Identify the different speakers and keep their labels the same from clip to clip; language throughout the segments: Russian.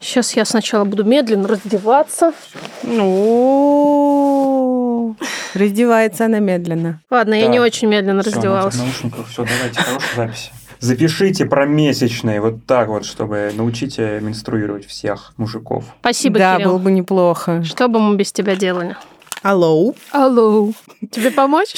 Speaker 1: Сейчас я сначала буду медленно раздеваться.
Speaker 2: Раздевается она медленно.
Speaker 1: Ладно, я не очень медленно
Speaker 3: Всё,
Speaker 1: раздевалась.
Speaker 3: в наушниках. Все, давайте, хорошая запись. Запишите про месячные, вот так вот, чтобы научите менструировать всех мужиков.
Speaker 1: Спасибо,
Speaker 2: Да,
Speaker 1: Кирилл.
Speaker 2: было бы неплохо.
Speaker 1: Что бы мы без тебя делали?
Speaker 2: Алло.
Speaker 1: Алло. Тебе помочь?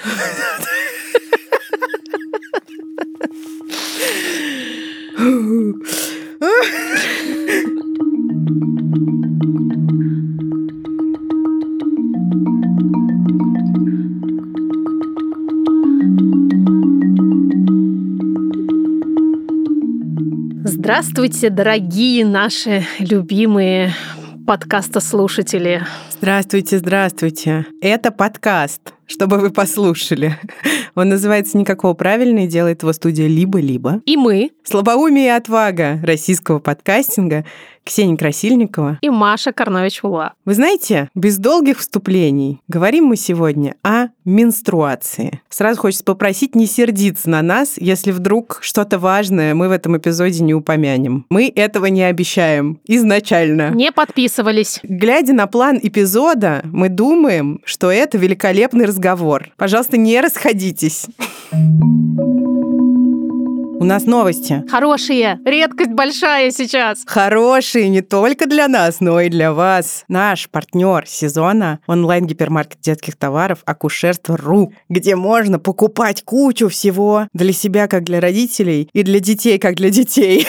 Speaker 1: Здравствуйте, дорогие наши любимые подкастослушатели.
Speaker 2: Здравствуйте, здравствуйте. Это подкаст, чтобы вы послушали. Он называется «Никакого правильно» и делает его студия «Либо-либо».
Speaker 1: И мы.
Speaker 2: Слабоумие и отвага российского подкастинга Ксения Красильникова
Speaker 1: И Маша Карнович-Ула.
Speaker 2: Вы знаете, без долгих вступлений говорим мы сегодня о менструации. Сразу хочется попросить не сердиться на нас, если вдруг что-то важное мы в этом эпизоде не упомянем. Мы этого не обещаем изначально.
Speaker 1: Не подписывались.
Speaker 2: Глядя на план эпизода, мы думаем, что это великолепный разговор. Пожалуйста, не расходитесь. У нас новости.
Speaker 1: Хорошие. Редкость большая сейчас.
Speaker 2: Хорошие не только для нас, но и для вас. Наш партнер сезона — онлайн-гипермаркет детских товаров Акушерство.ру, где можно покупать кучу всего для себя, как для родителей, и для детей, как для детей.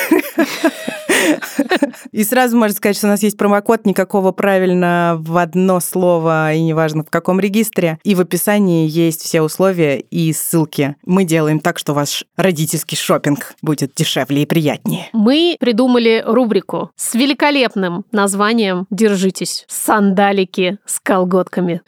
Speaker 2: И сразу можно сказать, что у нас есть промокод «Никакого правильно» в одно слово, и неважно в каком регистре. И в описании есть все условия и ссылки. Мы делаем так, что ваш родительский шопинг будет дешевле и приятнее.
Speaker 1: Мы придумали рубрику с великолепным названием «Держитесь. Сандалики с колготками».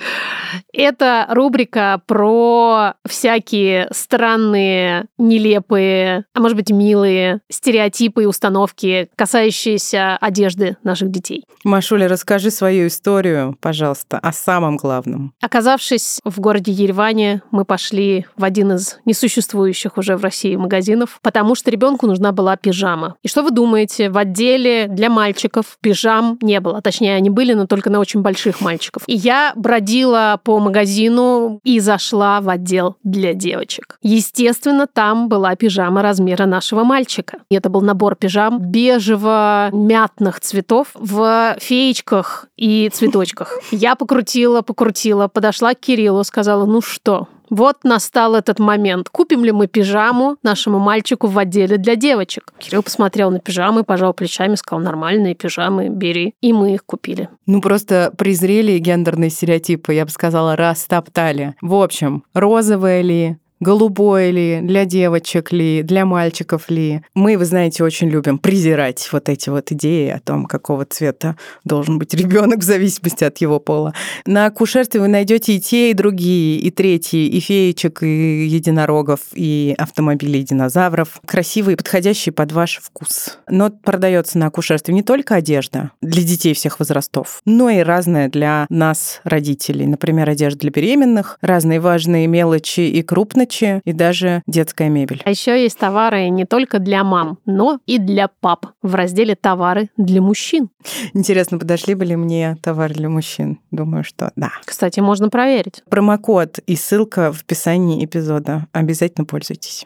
Speaker 1: Это рубрика про всякие странные, нелепые, а может быть милые стереотипы и установки, касающиеся одежды наших детей.
Speaker 2: Машуля, расскажи свою историю, пожалуйста, о самом главном.
Speaker 1: Оказавшись в городе Ереване, мы пошли в один из несуществующих уже в России магазинов, потому что ребенку нужна была пижама. И что вы думаете, в отделе для мальчиков пижам не было. Точнее, они были, но только на очень больших мальчиков. И я бродила по магазину и зашла в отдел для девочек. Естественно, там была пижама размера нашего мальчика. И это был набор пижам бежево-мятных цветов в феечках и цветочках. Я покрутила, подошла к Кириллу, сказала: ну что, вот настал этот момент. Купим ли мы пижаму нашему мальчику в отделе для девочек? Кирилл посмотрел на пижамы, пожал плечами, сказал: нормальные пижамы, бери. И мы их купили.
Speaker 2: Ну, просто презрели гендерные стереотипы, я бы сказала, растоптали. В общем, розовая ли, голубое ли, для девочек ли, для мальчиков ли. Мы, вы знаете, очень любим презирать вот эти вот идеи о том, какого цвета должен быть ребенок в зависимости от его пола. На акушерстве вы найдете и те, и другие, и третьи, и феечек, и единорогов, и автомобилей, и динозавров. Красивые, подходящие под ваш вкус. Но продается на акушерстве не только одежда для детей всех возрастов, но и разная для нас, родителей. Например, одежда для беременных, разные важные мелочи и крупночи, и даже детская мебель.
Speaker 1: А еще есть товары не только для мам, но и для пап в разделе «Товары для мужчин».
Speaker 2: Интересно, подошли бы ли мне товары для мужчин? Думаю, что да.
Speaker 1: Кстати, можно проверить.
Speaker 2: Промокод и ссылка в описании эпизода. Обязательно пользуйтесь.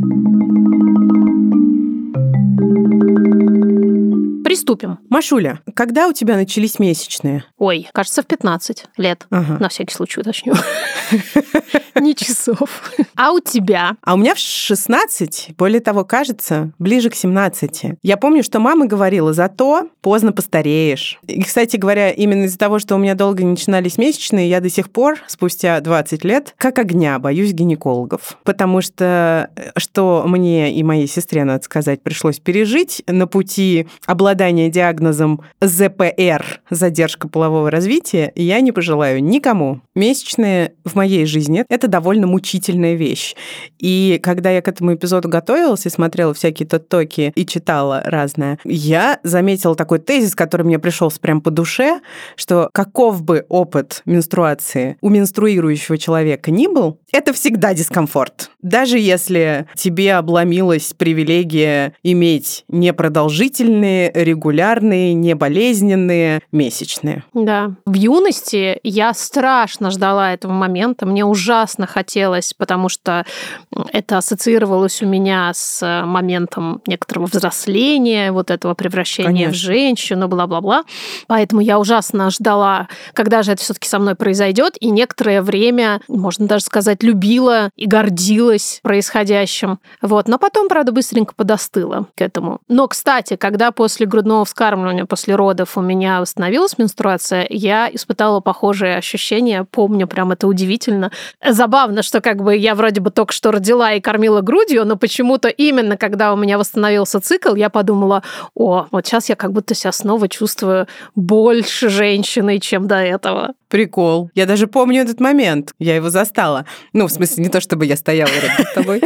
Speaker 1: Приступим.
Speaker 2: Машуля, когда у тебя начались месячные?
Speaker 1: Ой, кажется, в 15 лет.
Speaker 2: Ага.
Speaker 1: На всякий случай уточню. Не часов. А у тебя?
Speaker 2: А у меня в 16, более того, кажется, ближе к 17. Я помню, что мама говорила: зато поздно постареешь. И, кстати говоря, именно из-за того, что у меня долго не начинались месячные, я до сих пор, спустя 20 лет, как огня боюсь гинекологов. Потому что мне и моей сестре, надо сказать, пришлось пережить на пути обладания диагнозом ЗПР, задержка полового развития, я не пожелаю никому. Месячные в моей жизни — это довольно мучительная вещь. И когда я к этому эпизоду готовилась и смотрела всякие токи и читала разное, я заметила такой тезис, который мне пришелся прям по душе, что каков бы опыт менструации у менструирующего человека ни был, это всегда дискомфорт. Даже если тебе обломилась привилегия иметь непродолжительные, регулярные, неболезненные месячные.
Speaker 1: Да. В юности я страшно ждала этого момента. Мне ужасно хотелось, потому что это ассоциировалось у меня с моментом некоторого взросления, вот этого превращения в женщину, бла-бла-бла. Поэтому я ужасно ждала, когда же это все-таки со мной произойдет, и некоторое время, можно даже сказать, любила и гордилась происходящим. Вот. Но потом, правда, быстренько подостыла к этому. Но, кстати, когда после грудного вскармливания, после родов у меня восстановилась менструация, я испытала похожие ощущения. Помню, прям это удивительно. Забавно, что как бы я вроде бы только что родила и кормила грудью, но почему-то именно когда у меня восстановился цикл, я подумала, вот сейчас я как будто себя снова чувствую больше женщиной, чем до этого.
Speaker 2: Прикол. Я даже помню этот момент. Я его застала. Ну, в смысле, не то, чтобы я стояла рядом с тобой.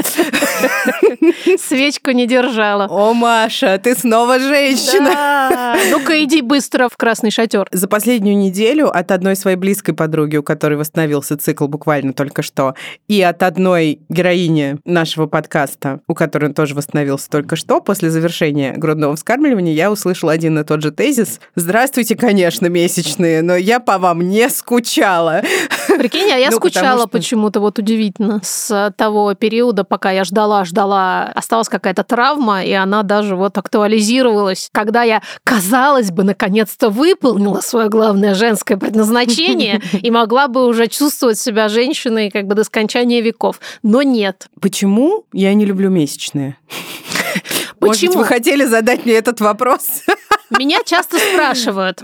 Speaker 1: Свечку не держала.
Speaker 2: О, Маша, ты снова женщина.
Speaker 1: Да. Ну-ка, иди быстро в красный шатер.
Speaker 2: За последнюю неделю от одной своей близкой подруги, у которой восстановился цикл буквально только что, и от одной героини нашего подкаста, у которой он тоже восстановился только что, после завершения грудного вскармливания, я услышала один и тот же тезис. Здравствуйте, конечно, месячные, но я по вам не скучала.
Speaker 1: Прикинь, а я скучала почему-то, вот удивительно. С того периода, пока я ждала, осталась какая-то травма, и она даже вот актуализировалась. Когда я, казалось бы, наконец-то выполнила свое главное женское предназначение и могла бы уже чувствовать себя женщиной как бы до скончания веков. Но нет.
Speaker 2: Почему я не люблю месячные?
Speaker 1: Почему?
Speaker 2: Может быть, вы хотели задать мне этот вопрос?
Speaker 1: Меня часто спрашивают.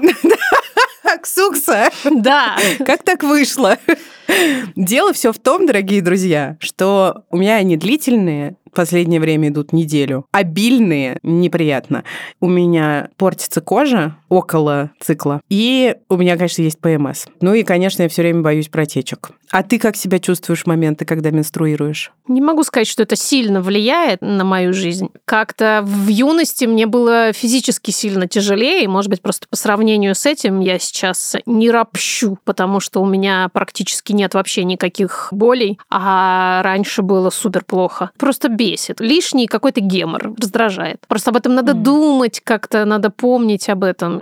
Speaker 2: Ксукса.
Speaker 1: Да.
Speaker 2: Как так вышло? Дело все в том, дорогие друзья, что у меня они длительные, в последнее время идут неделю, обильные, неприятно. У меня портится кожа около цикла, и у меня, конечно, есть ПМС. Ну и, конечно, я все время боюсь протечек. А ты как себя чувствуешь в моменты, когда менструируешь?
Speaker 1: Не могу сказать, что это сильно влияет на мою жизнь. Как-то в юности мне было физически сильно тяжелее, и, может быть, просто по сравнению с этим я сейчас не ропщу, потому что у меня практически нет вообще никаких болей, а раньше было супер плохо. Просто бесит. Лишний какой-то гемор раздражает. Просто об этом надо думать как-то, надо помнить об этом.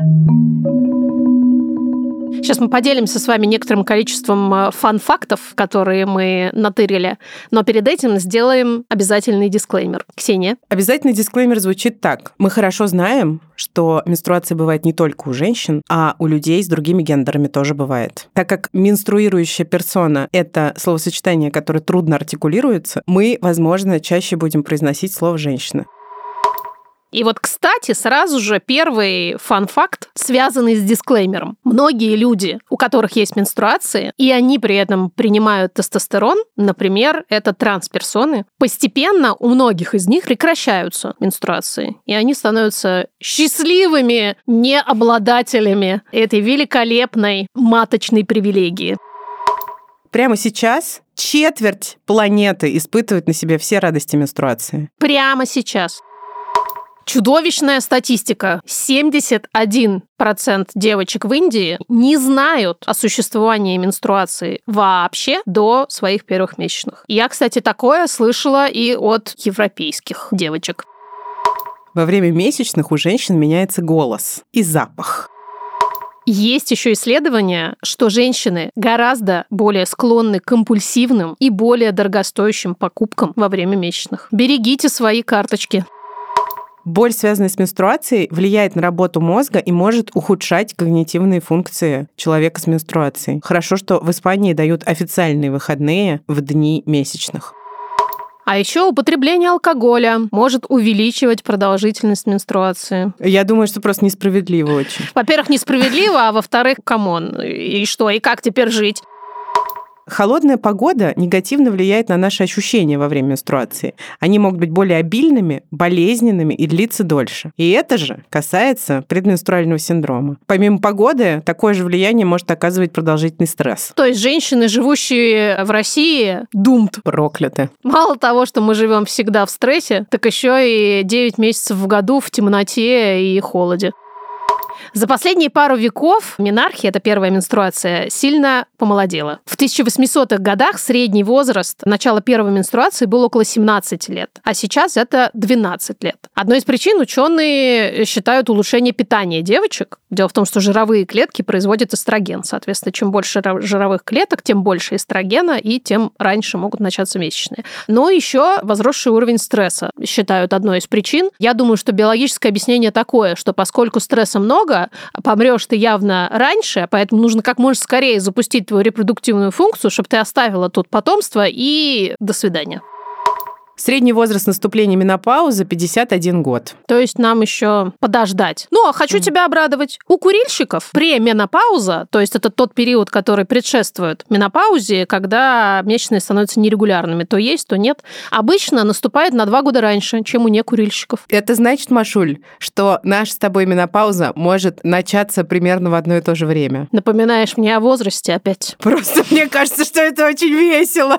Speaker 1: Сейчас мы поделимся с вами некоторым количеством фан-фактов, которые мы натырили, но перед этим сделаем обязательный дисклеймер. Ксения?
Speaker 2: Обязательный дисклеймер звучит так. Мы хорошо знаем, что менструация бывает не только у женщин, а у людей с другими гендерами тоже бывает. Так как менструирующая персона — это словосочетание, которое трудно артикулируется, мы, возможно, чаще будем произносить слово «женщина».
Speaker 1: И вот, кстати, сразу же первый фан-факт, связанный с дисклеймером. Многие люди, у которых есть менструации, и они при этом принимают тестостерон, например, это трансперсоны, постепенно у многих из них прекращаются менструации, и они становятся счастливыми необладателями этой великолепной маточной привилегии.
Speaker 2: Прямо сейчас четверть планеты испытывает на себе все радости менструации.
Speaker 1: Прямо сейчас. Чудовищная статистика. 71% девочек в Индии не знают о существовании менструации вообще до своих первых месячных. Я, кстати, такое слышала и от европейских девочек.
Speaker 2: Во время месячных у женщин меняется голос и запах.
Speaker 1: Есть еще исследования, что женщины гораздо более склонны к компульсивным и более дорогостоящим покупкам во время месячных. Берегите свои карточки.
Speaker 2: Боль, связанная с менструацией, влияет на работу мозга и может ухудшать когнитивные функции человека с менструацией. Хорошо, что в Испании дают официальные выходные в дни месячных.
Speaker 1: А еще употребление алкоголя может увеличивать продолжительность менструации.
Speaker 2: Я думаю, что просто несправедливо очень.
Speaker 1: Во-первых, несправедливо, а во-вторых, камон, и что, и как теперь жить?
Speaker 2: Холодная погода негативно влияет на наши ощущения во время менструации. Они могут быть более обильными, болезненными и длиться дольше. И это же касается предменструального синдрома. Помимо погоды, такое же влияние может оказывать продолжительный стресс.
Speaker 1: То есть женщины, живущие в России, doomed.
Speaker 2: Прокляты.
Speaker 1: Мало того, что мы живем всегда в стрессе, так еще и 9 месяцев в году в темноте и холоде. За последние пару веков менархия, это первая менструация, сильно помолодела. В 1800-х годах средний возраст начала первой менструации был около 17 лет, а сейчас это 12 лет. Одной из причин ученые считают улучшение питания девочек. Дело в том, что жировые клетки производят эстроген. Соответственно, чем больше жировых клеток, тем больше эстрогена, и тем раньше могут начаться месячные. Но еще возросший уровень стресса считают одной из причин. Я думаю, что биологическое объяснение такое, что поскольку стресса много, помрешь ты явно раньше, поэтому нужно как можно скорее запустить твою репродуктивную функцию, чтобы ты оставила тут потомство, и до свидания.
Speaker 2: Средний возраст наступления менопаузы 51 год.
Speaker 1: То есть нам еще подождать. Ну, а хочу тебя обрадовать. У курильщиков пременопауза, то есть это тот период, который предшествует менопаузе, когда месячные становятся нерегулярными. То есть, то нет. Обычно наступает на 2 года раньше, чем у некурильщиков.
Speaker 2: Это значит, Машуль, что наша с тобой менопауза может начаться примерно в одно и то же время.
Speaker 1: Напоминаешь мне о возрасте опять.
Speaker 2: Просто мне кажется, что это очень весело.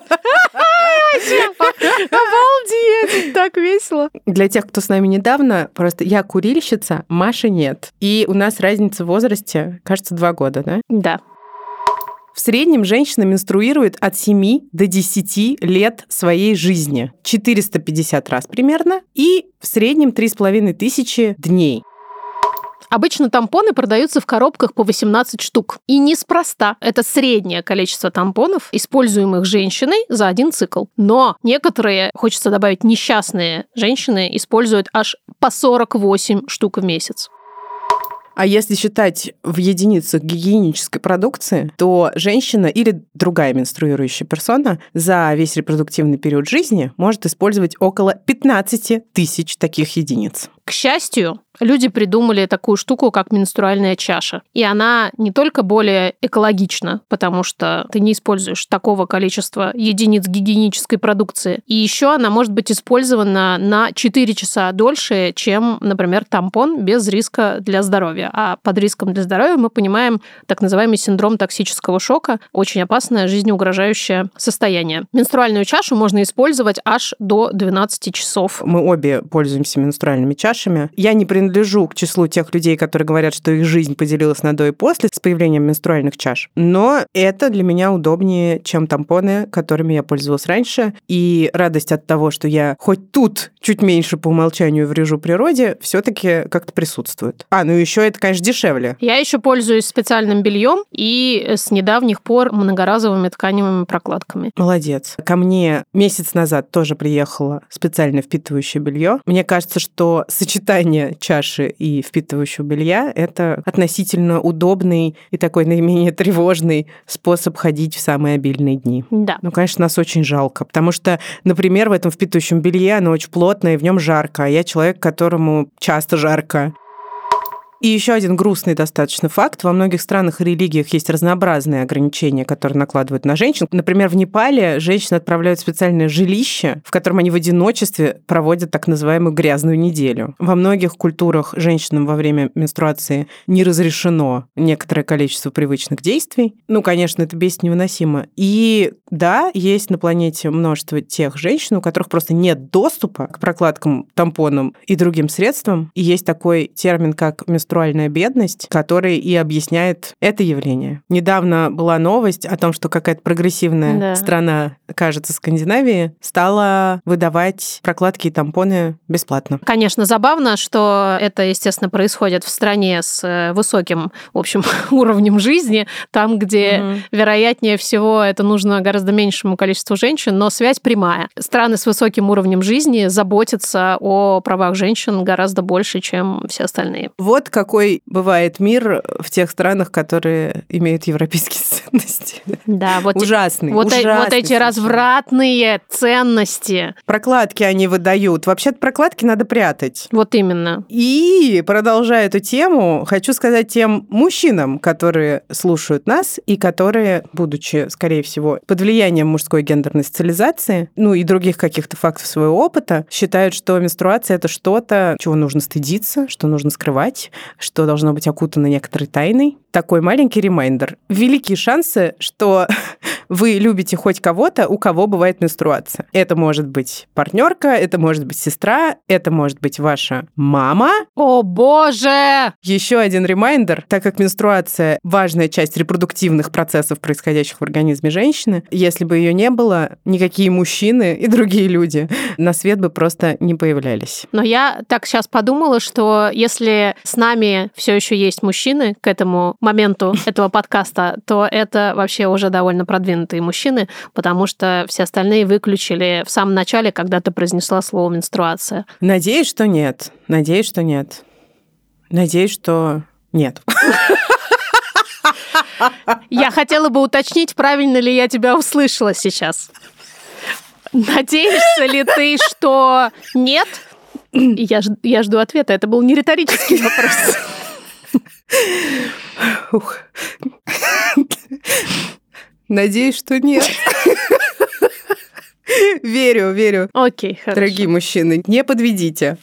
Speaker 1: Обалдеть, так весело.
Speaker 2: Для тех, кто с нами недавно, просто я курильщица, Маша нет. И у нас разница в возрасте, кажется, 2 года, да?
Speaker 1: Да.
Speaker 2: В среднем женщина менструирует от 7 до 10 лет своей жизни. 450 раз примерно. И в среднем 3500 дней.
Speaker 1: Обычно тампоны продаются в коробках по 18 штук. И неспроста. Это среднее количество тампонов, используемых женщиной за один цикл. Но некоторые, хочется добавить, несчастные женщины используют аж по 48 штук в месяц.
Speaker 2: А если считать в единицах гигиенической продукции, то женщина или другая менструирующая персона за весь репродуктивный период жизни может использовать около 15 000 таких единиц.
Speaker 1: К счастью, люди придумали такую штуку, как менструальная чаша. И она не только более экологична, потому что ты не используешь такого количества единиц гигиенической продукции. И еще она может быть использована на 4 часа дольше, чем, например, тампон без риска для здоровья. А под риском для здоровья мы понимаем так называемый синдром токсического шока, очень опасное жизнеугрожающее состояние. Менструальную чашу можно использовать аж до 12 часов.
Speaker 2: Мы обе пользуемся менструальными чашами. Я не принадлежу к числу тех людей, которые говорят, что их жизнь поделилась на до и после с появлением менструальных чаш. Но это для меня удобнее, чем тампоны, которыми я пользовалась раньше. И радость от того, что я хоть тут чуть меньше по умолчанию врежу природе, все-таки как-то присутствует. Ну еще это, конечно, дешевле.
Speaker 1: Я еще пользуюсь специальным бельем и с недавних пор многоразовыми тканевыми прокладками.
Speaker 2: Молодец. Ко мне месяц назад тоже приехало специально впитывающее белье. Мне кажется, что сочетание чаши и впитывающего белья – это относительно удобный и такой наименее тревожный способ ходить в самые обильные дни.
Speaker 1: Да.
Speaker 2: Конечно, нас очень жалко, потому что, например, в этом впитывающем белье оно очень плотное, и в нем жарко, а я человек, которому часто жарко. И еще один грустный достаточно факт. Во многих странах и религиях есть разнообразные ограничения, которые накладывают на женщин. Например, в Непале женщины отправляют в специальное жилище, в котором они в одиночестве проводят так называемую грязную неделю. Во многих культурах женщинам во время менструации не разрешено некоторое количество привычных действий. Конечно, это бесит невыносимо. И да, есть на планете множество тех женщин, у которых просто нет доступа к прокладкам, тампонам и другим средствам. И есть такой термин, как менструальная бедность, который и объясняет это явление. Недавно была новость о том, что какая-то прогрессивная страна, кажется, Скандинавии, стала выдавать прокладки и тампоны бесплатно.
Speaker 1: Конечно, забавно, что это, естественно, происходит в стране с высоким, в общем, уровнем жизни, там, где, вероятнее всего, это нужно гораздо меньшему количеству женщин, но связь прямая. Страны с высоким уровнем жизни заботятся о правах женщин гораздо больше, чем все остальные.
Speaker 2: Вот какой бывает мир в тех странах, которые имеют европейские ценности.
Speaker 1: Да,
Speaker 2: ужасный.
Speaker 1: Вот эти развратные ценности.
Speaker 2: Прокладки они выдают. Вообще-то прокладки надо прятать.
Speaker 1: Вот именно.
Speaker 2: И, продолжая эту тему, хочу сказать тем мужчинам, которые слушают нас и которые, будучи, скорее всего, под влиянием мужской гендерной социализации, и других каких-то фактов своего опыта, считают, что менструация — это что-то, чего нужно стыдиться, что нужно скрывать, что должно быть окутано некоторой тайной. Такой маленький ремайндер. Великие шансы, что вы любите хоть кого-то, у кого бывает менструация. Это может быть партнерка, это может быть сестра, это может быть ваша мама.
Speaker 1: О, боже!
Speaker 2: Еще один ремайндер, так как менструация – важная часть репродуктивных процессов, происходящих в организме женщины, если бы ее не было, никакие мужчины и другие люди на свет бы просто не появлялись.
Speaker 1: Но я так сейчас подумала, что если с нами все еще есть мужчины к этому моменту этого подкаста, то это вообще уже довольно продвинутые мужчины, потому что все остальные выключили в самом начале, когда ты произнесла слово «менструация».
Speaker 2: Надеюсь, что нет. Надеюсь, что нет. Надеюсь, что нет.
Speaker 1: Я хотела бы уточнить, правильно ли я тебя услышала сейчас. Надеешься ли ты, что нет? Я жду ответа. Это был не риторический вопрос.
Speaker 2: Надеюсь, что нет. Верю.
Speaker 1: Окей, хорошо.
Speaker 2: Дорогие мужчины, не подведите.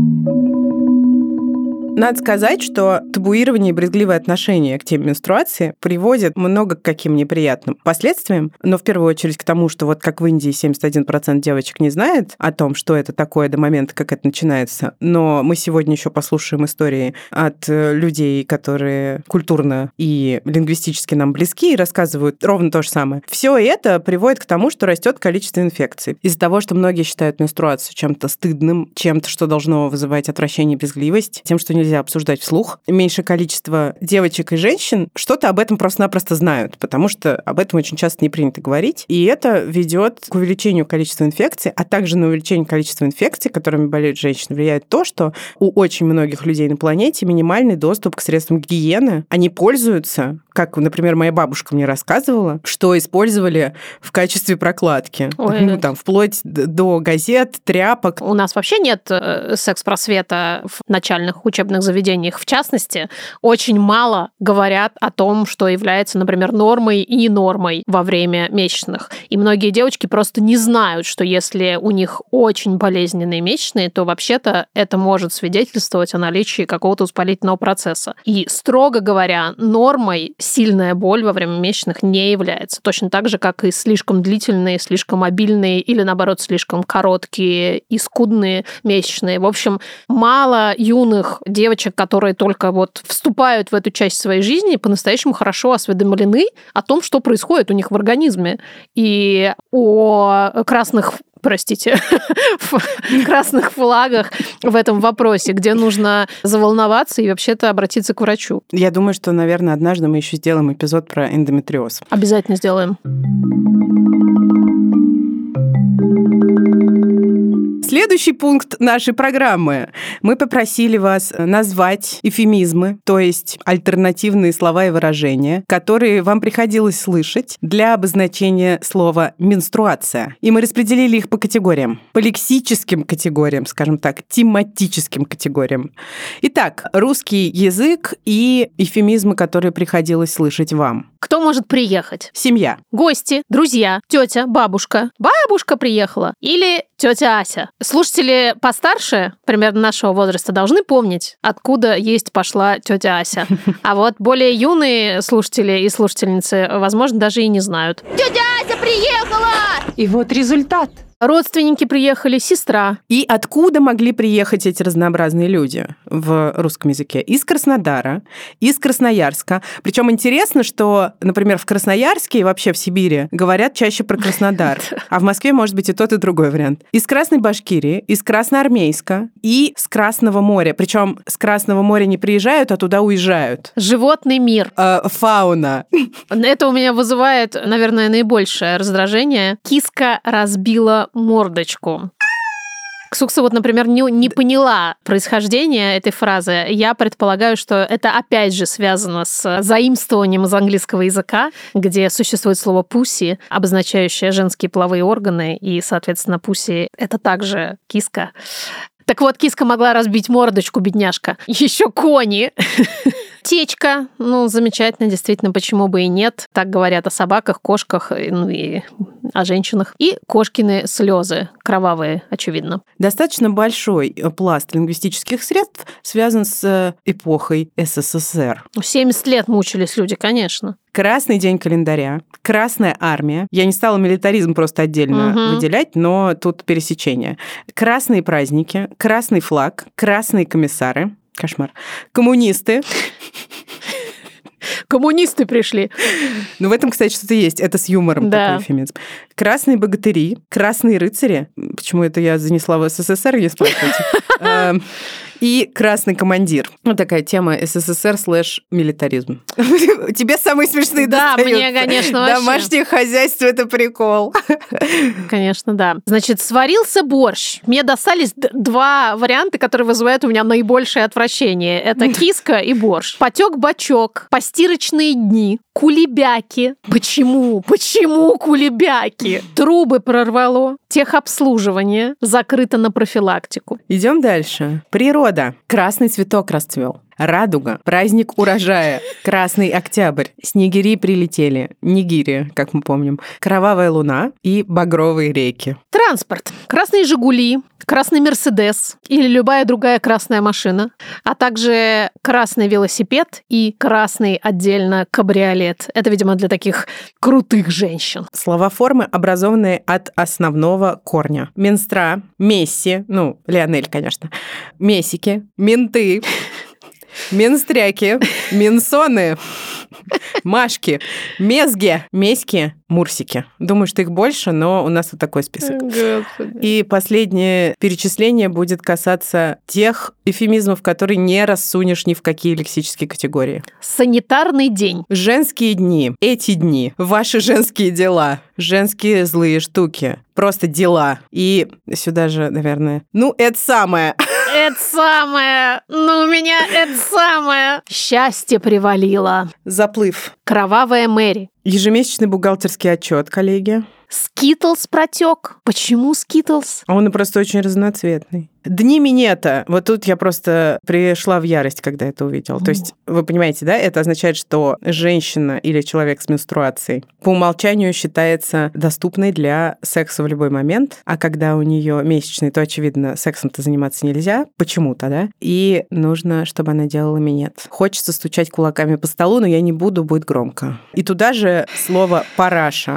Speaker 2: Надо сказать, что табуирование и брезгливое отношение к теме менструации приводит много к каким неприятным последствиям, но в первую очередь к тому, что вот как в Индии 71% девочек не знает о том, что это такое до момента, как это начинается. Но мы сегодня еще послушаем истории от людей, которые культурно и лингвистически нам близки и рассказывают ровно то же самое. Все это приводит к тому, что растет количество инфекций. Из-за того, что многие считают менструацию чем-то стыдным, чем-то, что должно вызывать отвращение и брезгливость, тем, что нельзя обсуждать вслух. Меньшее количество девочек и женщин что-то об этом просто-напросто знают, потому что об этом очень часто не принято говорить. И это ведет к увеличению количества инфекций, а также на увеличение количества инфекций, которыми болеют женщины, влияет то, что у очень многих людей на планете минимальный доступ к средствам гигиены. Они пользуются, как, например, моя бабушка мне рассказывала, что использовали в качестве прокладки.
Speaker 1: Ой.
Speaker 2: Там, вплоть до газет, тряпок.
Speaker 1: У нас вообще нет секс-просвета в начальных учебных заведениях. В частности, очень мало говорят о том, что является, например, нормой и не нормой во время месячных. И многие девочки просто не знают, что если у них очень болезненные месячные, то вообще-то это может свидетельствовать о наличии какого-то воспалительного процесса. И, строго говоря, нормой сильная боль во время месячных не является. Точно так же, как и слишком длительные, слишком обильные или, наоборот, слишком короткие и скудные месячные. В общем, мало юных девочек, которые только вот вступают в эту часть своей жизни, по-настоящему хорошо осведомлены о том, что происходит у них в организме. И о красных флагах в этом вопросе, где нужно заволноваться и вообще-то обратиться к врачу.
Speaker 2: Я думаю, что, наверное, однажды мы еще сделаем эпизод про эндометриоз.
Speaker 1: Обязательно сделаем.
Speaker 2: Следующий пункт нашей программы. Мы попросили вас назвать эвфемизмы, то есть альтернативные слова и выражения, которые вам приходилось слышать для обозначения слова «менструация». И мы распределили их по категориям. По лексическим категориям, скажем так, тематическим категориям. Итак, русский язык и эвфемизмы, которые приходилось слышать вам.
Speaker 1: Кто может приехать?
Speaker 2: Семья.
Speaker 1: Гости, друзья, тетя, бабушка. Бабушка приехала. Или тетя Ася. Слушатели постарше, примерно нашего возраста, должны помнить, откуда пошла тетя Ася. А вот более юные слушатели и слушательницы, возможно, даже и не знают. Тетя Ася приехала!
Speaker 4: И вот результат.
Speaker 1: Родственники приехали, сестра.
Speaker 2: И откуда могли приехать эти разнообразные люди в русском языке? Из Краснодара, из Красноярска. Причем интересно, что, например, в Красноярске и вообще в Сибири говорят чаще про Краснодар, а в Москве может быть и тот, и другой вариант. Из Красной Башкирии, из Красноармейска и с Красного моря. Причем с Красного моря не приезжают, а туда уезжают.
Speaker 1: Животный мир.
Speaker 2: Фауна.
Speaker 1: Это у меня вызывает, наверное, наибольшее раздражение. Киска разбила мордочку. Ксукса вот, например, не поняла происхождение этой фразы. Я предполагаю, что это опять же связано с заимствованием из английского языка, где существует слово «пусси», обозначающее женские половые органы, и, соответственно, «пусси» — это также киска. Так вот, киска могла разбить мордочку, бедняжка. Еще кони Течка. Замечательно, действительно, почему бы и нет. Так говорят о собаках, кошках, и о женщинах. И кошкины слезы, кровавые, очевидно.
Speaker 2: Достаточно большой пласт лингвистических средств связан с эпохой СССР.
Speaker 1: 70 лет мучились люди, конечно.
Speaker 2: Красный день календаря, Красная армия. Я не стала милитаризм просто отдельно выделять, но тут пересечение. Красные праздники, красный флаг, красные комиссары. Кошмар. Коммунисты.
Speaker 1: Коммунисты пришли.
Speaker 2: В этом, кстати, что-то есть. Это с юмором такой эвфемизм. Красные богатыри, красные рыцари. Почему это я занесла в СССР, не спрашивайте. И красный командир. Такая тема СССР / милитаризм. Тебе самые смешные достаются.
Speaker 1: Да, мне, конечно, вообще.
Speaker 2: Домашнее хозяйство – это прикол.
Speaker 1: Конечно, да. Значит, сварился борщ. Мне достались два варианта, которые вызывают у меня наибольшее отвращение. Это киска и борщ. Потек бачок, постирочные дни, кулебяки. Почему? Почему кулебяки? Трубы прорвало, техобслуживание закрыто на профилактику.
Speaker 2: Идем дальше. Природа. Красный цветок расцвел. Радуга. Праздник урожая. Красный октябрь. Снегири прилетели. Нигири, как мы помним. Кровавая луна и багровые реки.
Speaker 1: Транспорт. Красные «Жигули», красный «Мерседес» или любая другая красная машина, а также красный велосипед и красный отдельно кабриолет. Это, видимо, для таких крутых женщин.
Speaker 2: Словоформы, образованные от основного корня. Менстра, Месси, Лионель, конечно, Мессики, менты, менстряки, менсоны, машки, мезги, меськи, мурсики. Думаю, что их больше, но у нас вот такой список.
Speaker 1: Господи.
Speaker 2: И последнее перечисление будет касаться тех эвфемизмов, которые не рассунешь ни в какие лексические категории.
Speaker 1: Санитарный день.
Speaker 2: Женские дни, эти дни, ваши женские дела, женские злые штуки, просто дела. И сюда же, наверное, это самое...
Speaker 1: Это самое, у меня это самое. Счастье привалило.
Speaker 2: Заплыв.
Speaker 1: Кровавая Мэри.
Speaker 2: Ежемесячный бухгалтерский отчет, коллеги.
Speaker 1: Скитлс протек. Почему Скитлс?
Speaker 2: Он просто очень разноцветный. Дни минета. Вот тут я просто пришла в ярость, когда это увидела. То есть, вы понимаете, да, это означает, что женщина или человек с менструацией по умолчанию считается доступной для секса в любой момент, а когда у нее месячные, то, очевидно, сексом-то заниматься нельзя, почему-то, да, и нужно, чтобы она делала минет. Хочется стучать кулаками по столу, но я не буду, будет громко. И туда же слово «параша».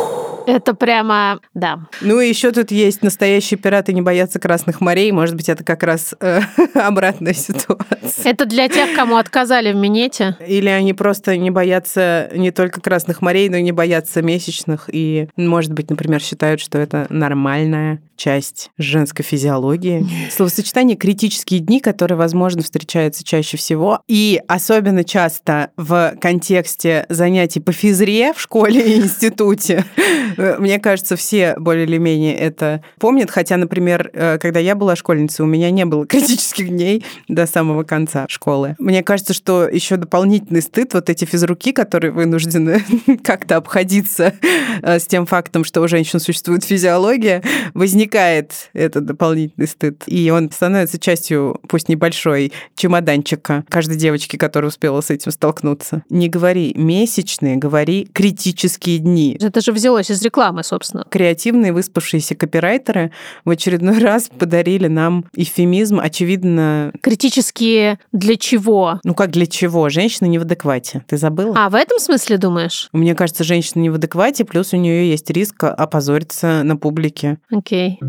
Speaker 1: Это прямо, да.
Speaker 2: И еще тут есть настоящие пираты не боятся красных морей. Может быть, это как раз обратная ситуация.
Speaker 1: Это для тех, кому отказали в минете.
Speaker 2: Или они просто не боятся не только красных морей, но и не боятся месячных. И, может быть, например, считают, что это нормальная часть женской физиологии. Словосочетание «критические дни», которое, возможно, встречается чаще всего. И особенно часто в контексте занятий по физре в школе и институте. Мне кажется, все более или менее это помнят. Хотя, например, когда я была школьницей, у меня не было критических дней до самого конца школы. Мне кажется, что еще дополнительный стыд, вот эти физруки, которые вынуждены как-то обходиться с тем фактом, что у женщин существует физиология, возникает этот дополнительный стыд. И он становится частью, пусть небольшой, чемоданчика каждой девочки, которая успела с этим столкнуться. Не говори месячные, говори критические дни.
Speaker 1: Это же взялось из рекламы, собственно.
Speaker 2: Креативные выспавшиеся копирайтеры в очередной раз подарили нам эвфемизм, очевидно...
Speaker 1: Критические для чего?
Speaker 2: Как для чего? Женщина не в адеквате. Ты забыла?
Speaker 1: А, в этом смысле думаешь?
Speaker 2: Мне кажется, женщина не в адеквате, плюс у нее есть риск опозориться на публике.
Speaker 1: Окей.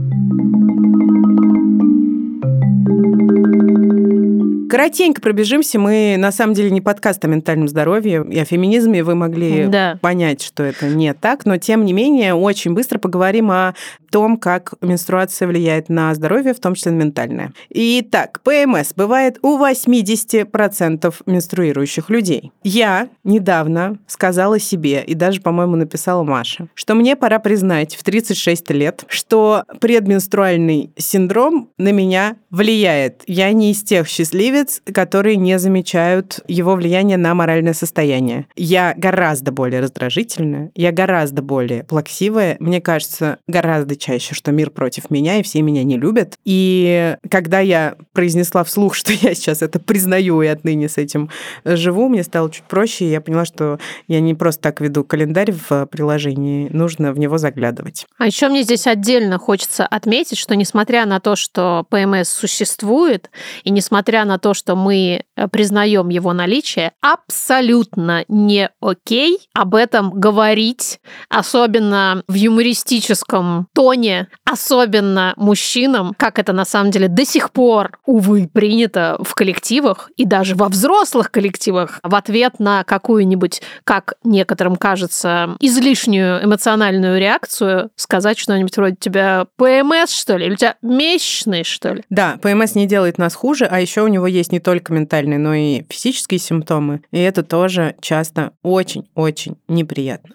Speaker 2: Коротенько пробежимся. Мы, на самом деле, не подкаст о ментальном здоровье и о феминизме. Вы могли понять, что это не так. Но, тем не менее, очень быстро поговорим о том, как менструация влияет на здоровье, в том числе на ментальное. Итак, ПМС бывает у 80% менструирующих людей. Я недавно сказала себе, и даже, по-моему, написала Маше, что мне пора признать в 36 лет, что предменструальный синдром на меня влияет. Я не из тех счастливец, которые не замечают его влияние на моральное состояние. Я гораздо более раздражительная, я гораздо более плаксивая, мне кажется, гораздо чаще, что мир против меня, и все меня не любят. И когда я произнесла вслух, что я сейчас это признаю и отныне с этим живу, мне стало чуть проще, и я поняла, что я не просто так веду календарь в приложении, нужно в него заглядывать.
Speaker 1: А еще мне здесь отдельно хочется отметить, что несмотря на то, что ПМС существует, и несмотря на то, что мы признаем его наличие, абсолютно не окей об этом говорить, особенно в юмористическом тоне, особенно мужчинам, как это на самом деле до сих пор, увы, принято в коллективах и даже во взрослых коллективах в ответ на какую-нибудь, как некоторым кажется, излишнюю эмоциональную реакцию сказать что-нибудь вроде «тебя ПМС, что ли? Или у тебя месячные, что ли?»
Speaker 2: Да, ПМС не делает нас хуже, а еще у него есть не только ментальные, но и физические симптомы, и это тоже часто очень-очень неприятно.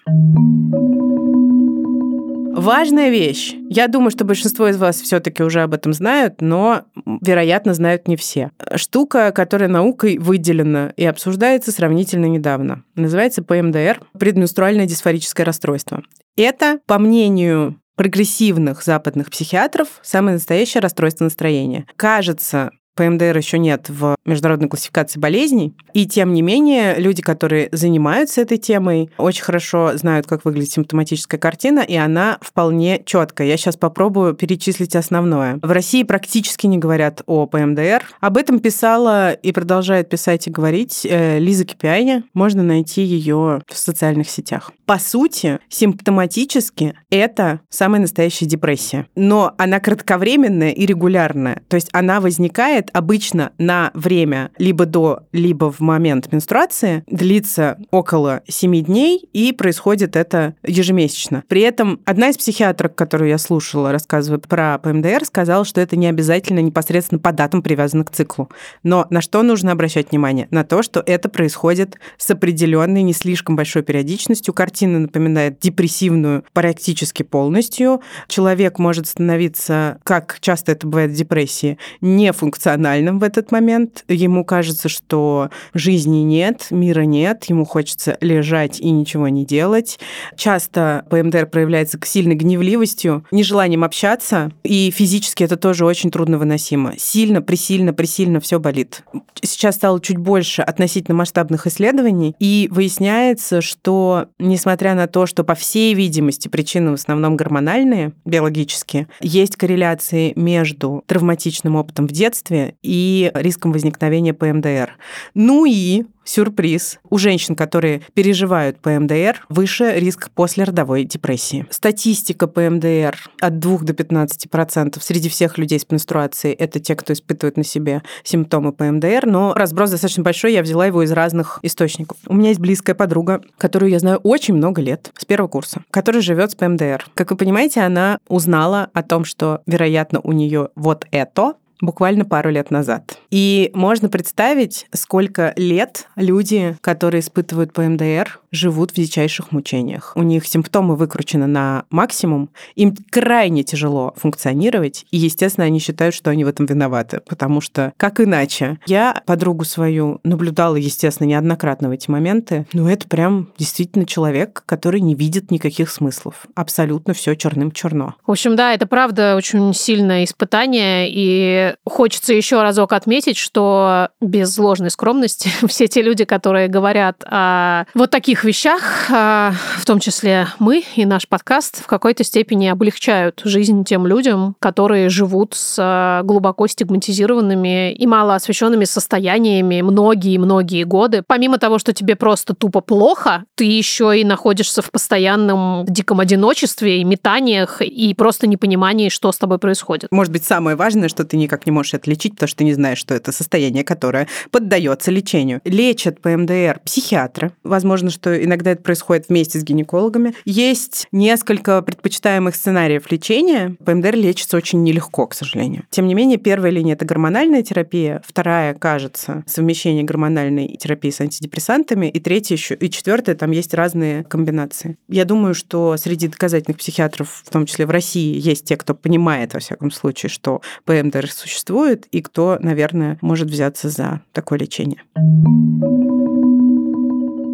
Speaker 2: Важная вещь. Я думаю, что большинство из вас все-таки уже об этом знают, но, вероятно, знают не все. Штука, которая наукой выделена и обсуждается сравнительно недавно. Называется ПМДР – предменструальное дисфорическое расстройство. Это, по мнению прогрессивных западных психиатров, самое настоящее расстройство настроения. Кажется, ПМДР еще нет в международной классификации болезней, и тем не менее люди, которые занимаются этой темой, очень хорошо знают, как выглядит симптоматическая картина, и она вполне четкая. Я сейчас попробую перечислить основное. В России практически не говорят о ПМДР. Об этом писала и продолжает писать и говорить Лиза Кипианя. Можно найти ее в социальных сетях. По сути, симптоматически это самая настоящая депрессия. Но она кратковременная и регулярная. То есть она возникает обычно на время либо до, либо в момент менструации, длится около 7 дней, и происходит это ежемесячно. При этом одна из психиатрок, которую я слушала, рассказывая про ПМДР, сказала, что это не обязательно непосредственно по датам привязано к циклу. Но на что нужно обращать внимание? На то, что это происходит с определенной, не слишком большой периодичностью. Картина напоминает депрессивную практически полностью. Человек может становиться, как часто это бывает в депрессии, нефункциональным в этот момент. Ему кажется, что жизни нет, мира нет, ему хочется лежать и ничего не делать. Часто ПМДР проявляется сильной гневливостью, нежеланием общаться, и физически это тоже очень трудновыносимо. Сильно, пресильно все болит. Сейчас стало чуть больше относительно масштабных исследований, и выясняется, что, несмотря на то, что, по всей видимости, причины в основном гормональные, биологические, есть корреляции между травматичным опытом в детстве и риском возникновения ПМДР. Ну и сюрприз. У женщин, которые переживают ПМДР, выше риск послеродовой депрессии. Статистика ПМДР от 2 до 15% среди всех людей с менструацией – это те, кто испытывает на себе симптомы ПМДР, но разброс достаточно большой, я взяла его из разных источников. У меня есть близкая подруга, которую я знаю очень много лет, с первого курса, которая живет с ПМДР. Как вы понимаете, она узнала о том, что, вероятно, у нее вот это буквально пару лет назад. И можно представить, сколько лет люди, которые испытывают ПМДР, живут в дичайших мучениях. У них симптомы выкручены на максимум, им крайне тяжело функционировать, и, естественно, они считают, что они в этом виноваты, потому что как иначе? Я подругу свою наблюдала, естественно, неоднократно в эти моменты, но это прям действительно человек, который не видит никаких смыслов. Абсолютно все черным-черно.
Speaker 1: В общем, да, это правда очень сильное испытание, и хочется еще разок отметить, что без ложной скромности все те люди, которые говорят о вот таких вещах, в том числе мы и наш подкаст, в какой-то степени облегчают жизнь тем людям, которые живут с глубоко стигматизированными и малоосвещенными состояниями многие-многие годы. Помимо того, что тебе просто тупо плохо, ты еще и находишься в постоянном диком одиночестве и метаниях, и просто непонимании, что с тобой происходит.
Speaker 2: Может быть, самое важное, что ты никак не можешь это лечить, потому что ты не знаешь, что это состояние, которое поддается лечению. Лечат ПМДР психиатры. Возможно, что иногда это происходит вместе с гинекологами. Есть несколько предпочитаемых сценариев лечения. ПМДР лечится очень нелегко, к сожалению. Тем не менее, первая линия – это гормональная терапия, вторая, кажется, совмещение гормональной терапии с антидепрессантами, и третья еще, и четвертая, там есть разные комбинации. Я думаю, что среди доказательных психиатров, в том числе в России, есть те, кто понимает, во всяком случае, что ПМДР существует, и кто, наверное, может взяться за такое лечение.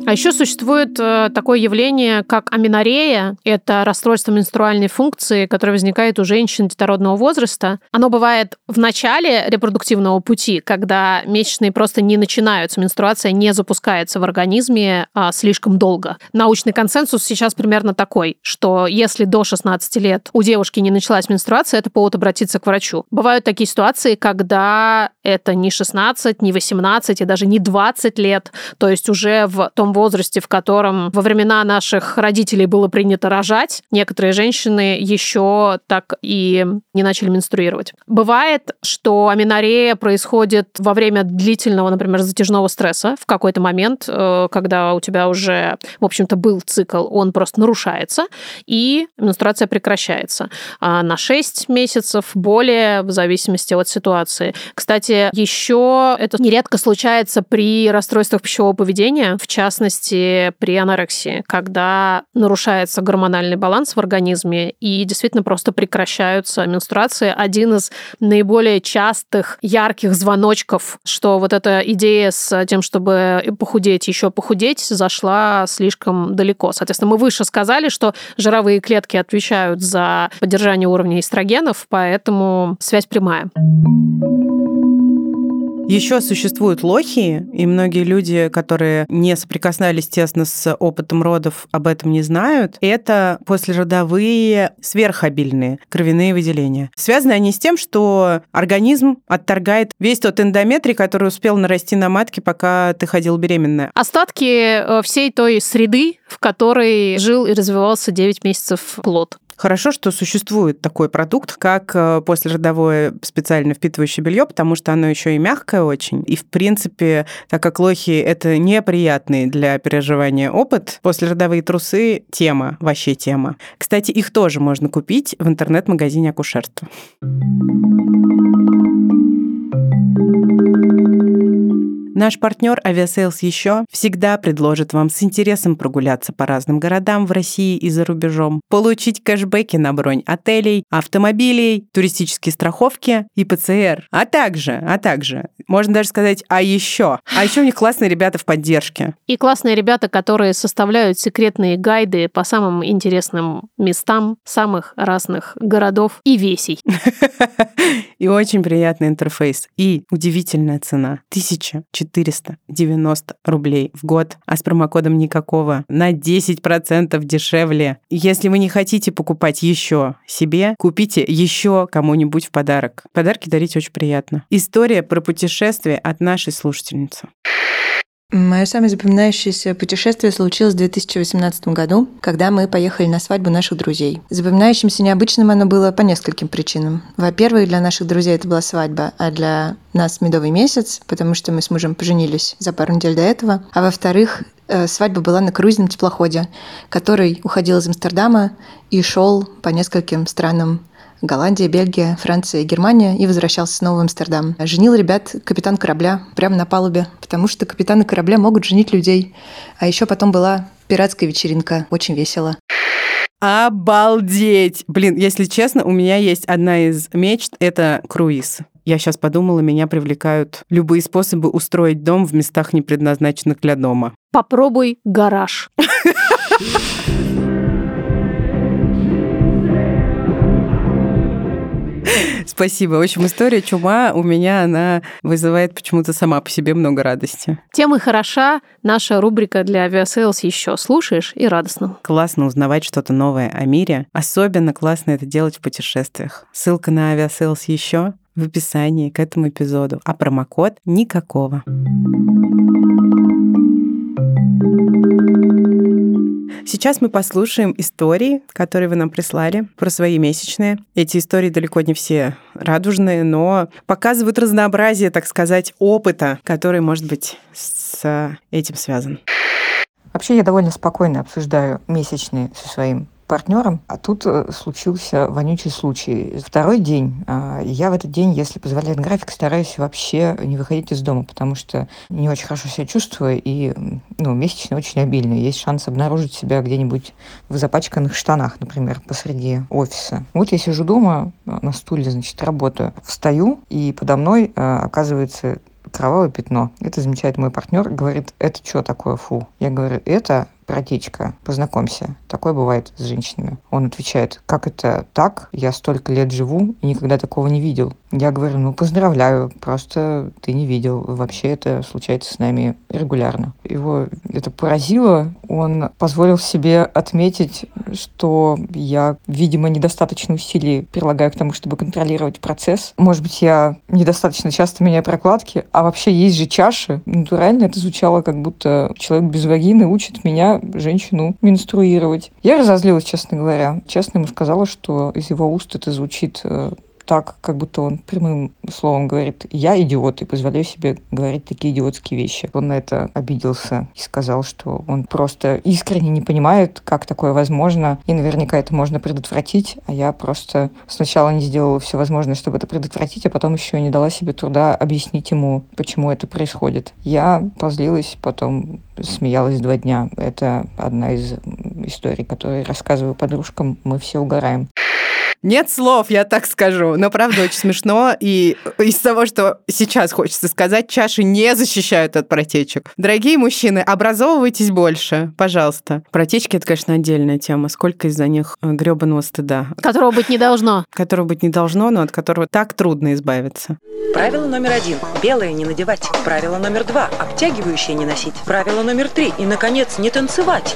Speaker 1: А еще существует такое явление, как аменорея. Это расстройство менструальной функции, которое возникает у женщин детородного возраста. Оно бывает в начале репродуктивного пути, когда месячные просто не начинаются, менструация не запускается в организме слишком долго. Научный консенсус сейчас примерно такой, что если до 16 лет у девушки не началась менструация, это повод обратиться к врачу. Бывают такие ситуации, когда это не 16, не 18 и даже не 20 лет, то есть уже в том возрасте, в котором во времена наших родителей было принято рожать, некоторые женщины еще так и не начали менструировать. Бывает, что аменорея происходит во время длительного, например, затяжного стресса в какой-то момент, когда у тебя уже, в общем-то, был цикл, он просто нарушается, и менструация прекращается на 6 месяцев, более, в зависимости от ситуации. Кстати, еще это нередко случается при расстройствах пищевого поведения, в частности, при анорексии, когда нарушается гормональный баланс в организме и действительно просто прекращаются менструации. Один из наиболее частых, ярких звоночков, что вот эта идея с тем, чтобы похудеть, еще похудеть, зашла слишком далеко. Соответственно, мы выше сказали, что жировые клетки отвечают за поддержание уровня эстрогенов, поэтому связь прямая.
Speaker 2: Еще существуют лохи, и многие люди, которые не соприкасались тесно с опытом родов, об этом не знают. Это послеродовые сверхобильные кровяные выделения. Связаны они с тем, что организм отторгает весь тот эндометрий, который успел нарасти на матке, пока ты ходила беременная.
Speaker 1: Остатки всей той среды, в которой жил и развивался 9 месяцев плод.
Speaker 2: Хорошо, что существует такой продукт, как послеродовое специально впитывающее белье, потому что оно еще и мягкое очень. И, в принципе, так как лохи — это неприятный для переживания опыт, послеродовые трусы — тема, вообще тема. Кстати, их тоже можно купить в интернет-магазине акушерства. Наш партнер Aviasales еще всегда предложит вам с интересом прогуляться по разным городам в России и за рубежом, получить кэшбэки на бронь отелей, автомобилей, туристические страховки и ПЦР. А также, можно даже сказать, а еще у них классные ребята в поддержке.
Speaker 1: И классные ребята, которые составляют секретные гайды по самым интересным местам самых разных городов и весей.
Speaker 2: И очень приятный интерфейс. И удивительная цена. 1490 рублей в год, а с промокодом никакого на 10% дешевле. Если вы не хотите покупать еще себе, купите еще кому-нибудь в подарок. Подарки дарить очень приятно. История про путешествие от нашей слушательницы.
Speaker 4: Мое самое запоминающееся путешествие случилось в 2018 году, когда мы поехали на свадьбу наших друзей. Запоминающимся необычным оно было по нескольким причинам. Во-первых, для наших друзей это была свадьба, а для нас медовый месяц, потому что мы с мужем поженились за пару недель до этого. А во-вторых, свадьба была на круизном теплоходе, который уходил из Амстердама и шел по нескольким странам: Голландия, Бельгия, Франция и Германия, и возвращался снова в Амстердам. Женил ребят капитан корабля прямо на палубе, потому что капитаны корабля могут женить людей. А еще потом была пиратская вечеринка. Очень весело.
Speaker 2: Обалдеть! Блин, если честно, у меня есть одна из мечт — это круиз. Я сейчас подумала, меня привлекают любые способы устроить дом в местах, не предназначенных для дома.
Speaker 1: Попробуй гараж.
Speaker 2: Спасибо. В общем, история чума у меня, она вызывает почему-то сама по себе много радости.
Speaker 1: Тем и хороша наша рубрика для Aviasales еще. Слушаешь и радостно.
Speaker 2: Классно узнавать что-то новое о мире. Особенно классно это делать в путешествиях. Ссылка на Aviasales еще в описании к этому эпизоду. А промокод никакого. Сейчас мы послушаем истории, которые вы нам прислали про свои месячные. Эти истории далеко не все радужные, но показывают разнообразие, так сказать, опыта, который может быть с этим связан.
Speaker 5: Вообще я довольно спокойно обсуждаю месячные со своим партнером, а тут случился вонючий случай. Второй день. Я в этот день, если позволяет график, стараюсь вообще не выходить из дома, потому что не очень хорошо себя чувствую, и месячные очень обильные. Есть шанс обнаружить себя где-нибудь в запачканных штанах, например, посреди офиса. Вот я сижу дома на стуле, работаю. Встаю, и подо мной оказывается кровавое пятно. Это замечает мой партнер, говорит, это что такое, фу? Я говорю, это протечка, познакомься. Такое бывает с женщинами. Он отвечает, как это так? Я столько лет живу и никогда такого не видел. Я говорю, ну, поздравляю, просто ты не видел. Вообще это случается с нами регулярно. Его это поразило. Он позволил себе отметить, что я, видимо, недостаточно усилий прилагаю к тому, чтобы контролировать процесс. Может быть, я недостаточно часто меняю прокладки, а вообще есть же чаши. Натурально это звучало, как будто человек без вагины учит меня, женщину, менструировать. Я разозлилась, честно говоря. Честно ему сказала, что из его уст это звучит так, как будто он прямым словом говорит, я идиот и позволяю себе говорить такие идиотские вещи. Он на это обиделся и сказал, что он просто искренне не понимает, как такое возможно, и наверняка это можно предотвратить, а я просто сначала не сделала все возможное, чтобы это предотвратить, а потом еще и не дала себе труда объяснить ему, почему это происходит. Я позлилась, потом смеялась 2 дня. Это одна из историй, которые рассказываю подружкам, мы все угораем.
Speaker 2: Нет слов, я так скажу. Но правда очень смешно. И из того, что сейчас хочется сказать, чаши не защищают от протечек. Дорогие мужчины, образовывайтесь больше, пожалуйста. Протечки — это, конечно, отдельная тема. Сколько из-за них грёбаного стыда.
Speaker 1: Которого быть не должно.
Speaker 2: Которого быть не должно, но от которого так трудно избавиться.
Speaker 6: Правило номер 1. Белое не надевать. Правило номер 2. Обтягивающее не носить. Правило номер 3. И, наконец, не танцевать.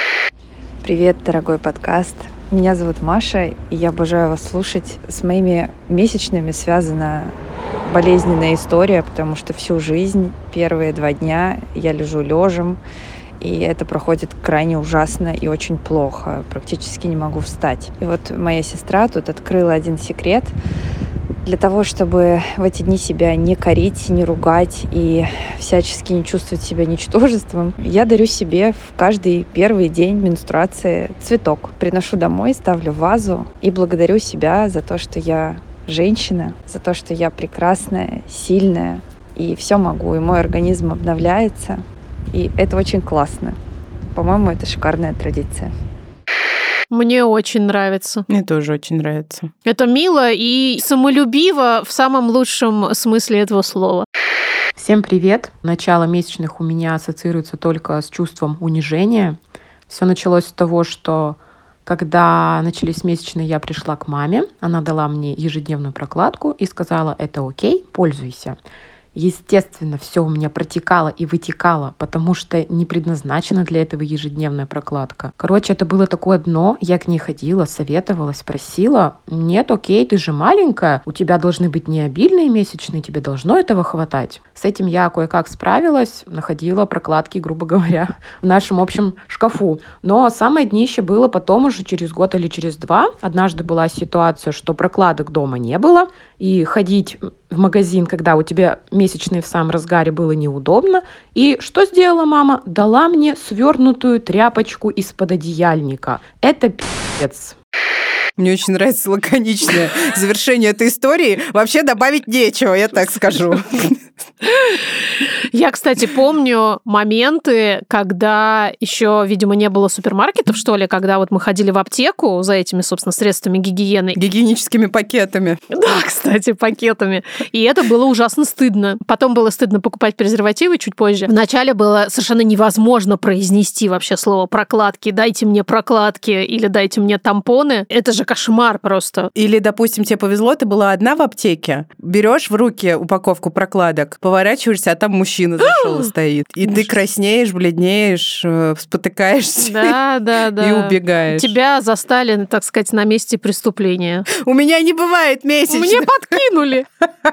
Speaker 7: Привет, дорогой подкаст. Меня зовут Маша, и я обожаю вас слушать. С моими месячными связана болезненная история, потому что всю жизнь, первые 2 дня я лежу лежем, и это проходит крайне ужасно и очень плохо. Практически не могу встать. И вот моя сестра тут открыла один секрет. Для того, чтобы в эти дни себя не корить, не ругать и всячески не чувствовать себя ничтожеством, я дарю себе в каждый первый день менструации цветок. Приношу домой, ставлю в вазу и благодарю себя за то, что я женщина, за то, что я прекрасная, сильная и все могу, и мой организм обновляется. И это очень классно. По-моему, это шикарная традиция.
Speaker 1: Мне очень нравится.
Speaker 2: Мне тоже очень нравится.
Speaker 1: Это мило и самолюбиво в самом лучшем смысле этого слова.
Speaker 8: Всем привет! Начало месячных у меня ассоциируется только с чувством унижения. Все началось с того, что когда начались месячные, я пришла к маме. Она дала мне ежедневную прокладку и сказала, это окей, пользуйся. Естественно, все у меня протекало и вытекало, потому что не предназначена для этого ежедневная прокладка. Короче, это было такое дно. Я к ней ходила, советовалась, просила. Нет, окей, ты же маленькая, у тебя должны быть необильные месячные, тебе должно этого хватать. С этим я кое-как справилась, находила прокладки, грубо говоря, в нашем общем шкафу. Но самое днище было потом уже через год или через 2. Однажды была ситуация, что прокладок дома не было, и ходить в магазин, когда у тебя месячные в самом разгаре, было неудобно. И что сделала мама? Дала мне свернутую тряпочку из-под одеяльника. Это пи***ц.
Speaker 2: Мне очень нравится лаконичное завершение этой истории. Вообще добавить нечего, я так скажу.
Speaker 1: Я, кстати, помню моменты, когда еще, видимо, не было супермаркетов, что ли, когда вот мы ходили в аптеку за этими, собственно, средствами гигиены.
Speaker 2: Гигиеническими пакетами.
Speaker 1: Да, кстати, пакетами. И это было ужасно стыдно. Потом было стыдно покупать презервативы чуть позже. Вначале было совершенно невозможно произнести вообще слово «прокладки». «Дайте мне прокладки» или «дайте мне тампоны». Это же кошмар просто.
Speaker 2: Или, допустим, тебе повезло, ты была одна в аптеке, берешь в руки упаковку прокладок, поворачиваешься, а там мужчина зашел и стоит. И ты краснеешь, бледнеешь, спотыкаешься и убегаешь.
Speaker 1: Тебя застали, так сказать, на месте преступления.
Speaker 2: У меня не бывает месячных.
Speaker 1: Мне подкинули.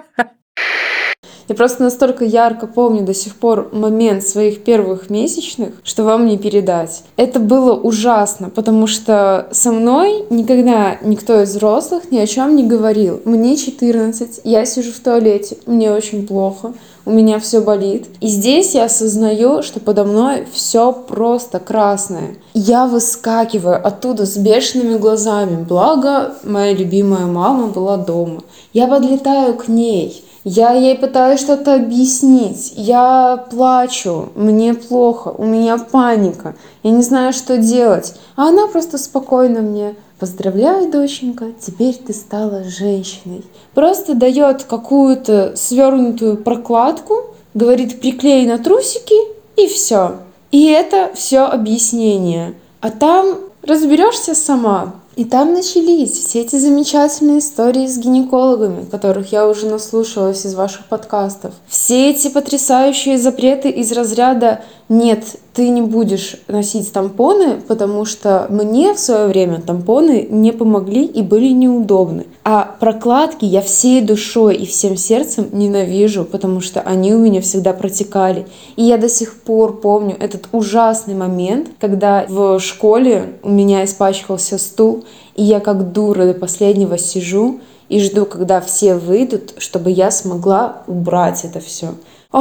Speaker 9: Я просто настолько ярко помню до сих пор момент своих первых месячных, что вам не передать. Это было ужасно, потому что со мной никогда никто из взрослых ни о чем не говорил. Мне 14, я сижу в туалете, мне очень плохо, у меня все болит. И здесь я осознаю, что подо мной все просто красное. Я выскакиваю оттуда с бешеными глазами, благо моя любимая мама была дома. Я подлетаю к ней. Я ей пытаюсь что-то объяснить, я плачу, мне плохо, у меня паника, я не знаю, что делать. А она просто спокойно мне: поздравляю, доченька, теперь ты стала женщиной. Просто дает какую-то свернутую прокладку говорит: приклей на трусики, и все. И это все объяснение. А там разберешься сама. И там начались все эти замечательные истории с гинекологами, которых я уже наслушалась из ваших подкастов. Все эти потрясающие запреты из разряда: нет, ты не будешь носить тампоны, потому что мне в свое время тампоны не помогли и были неудобны. А прокладки я всей душой и всем сердцем ненавижу, потому что они у меня всегда протекали. И я до сих пор помню этот ужасный момент, когда в школе у меня испачкался стул, и я как дура до последнего сижу и жду, когда все выйдут, чтобы я смогла убрать это все.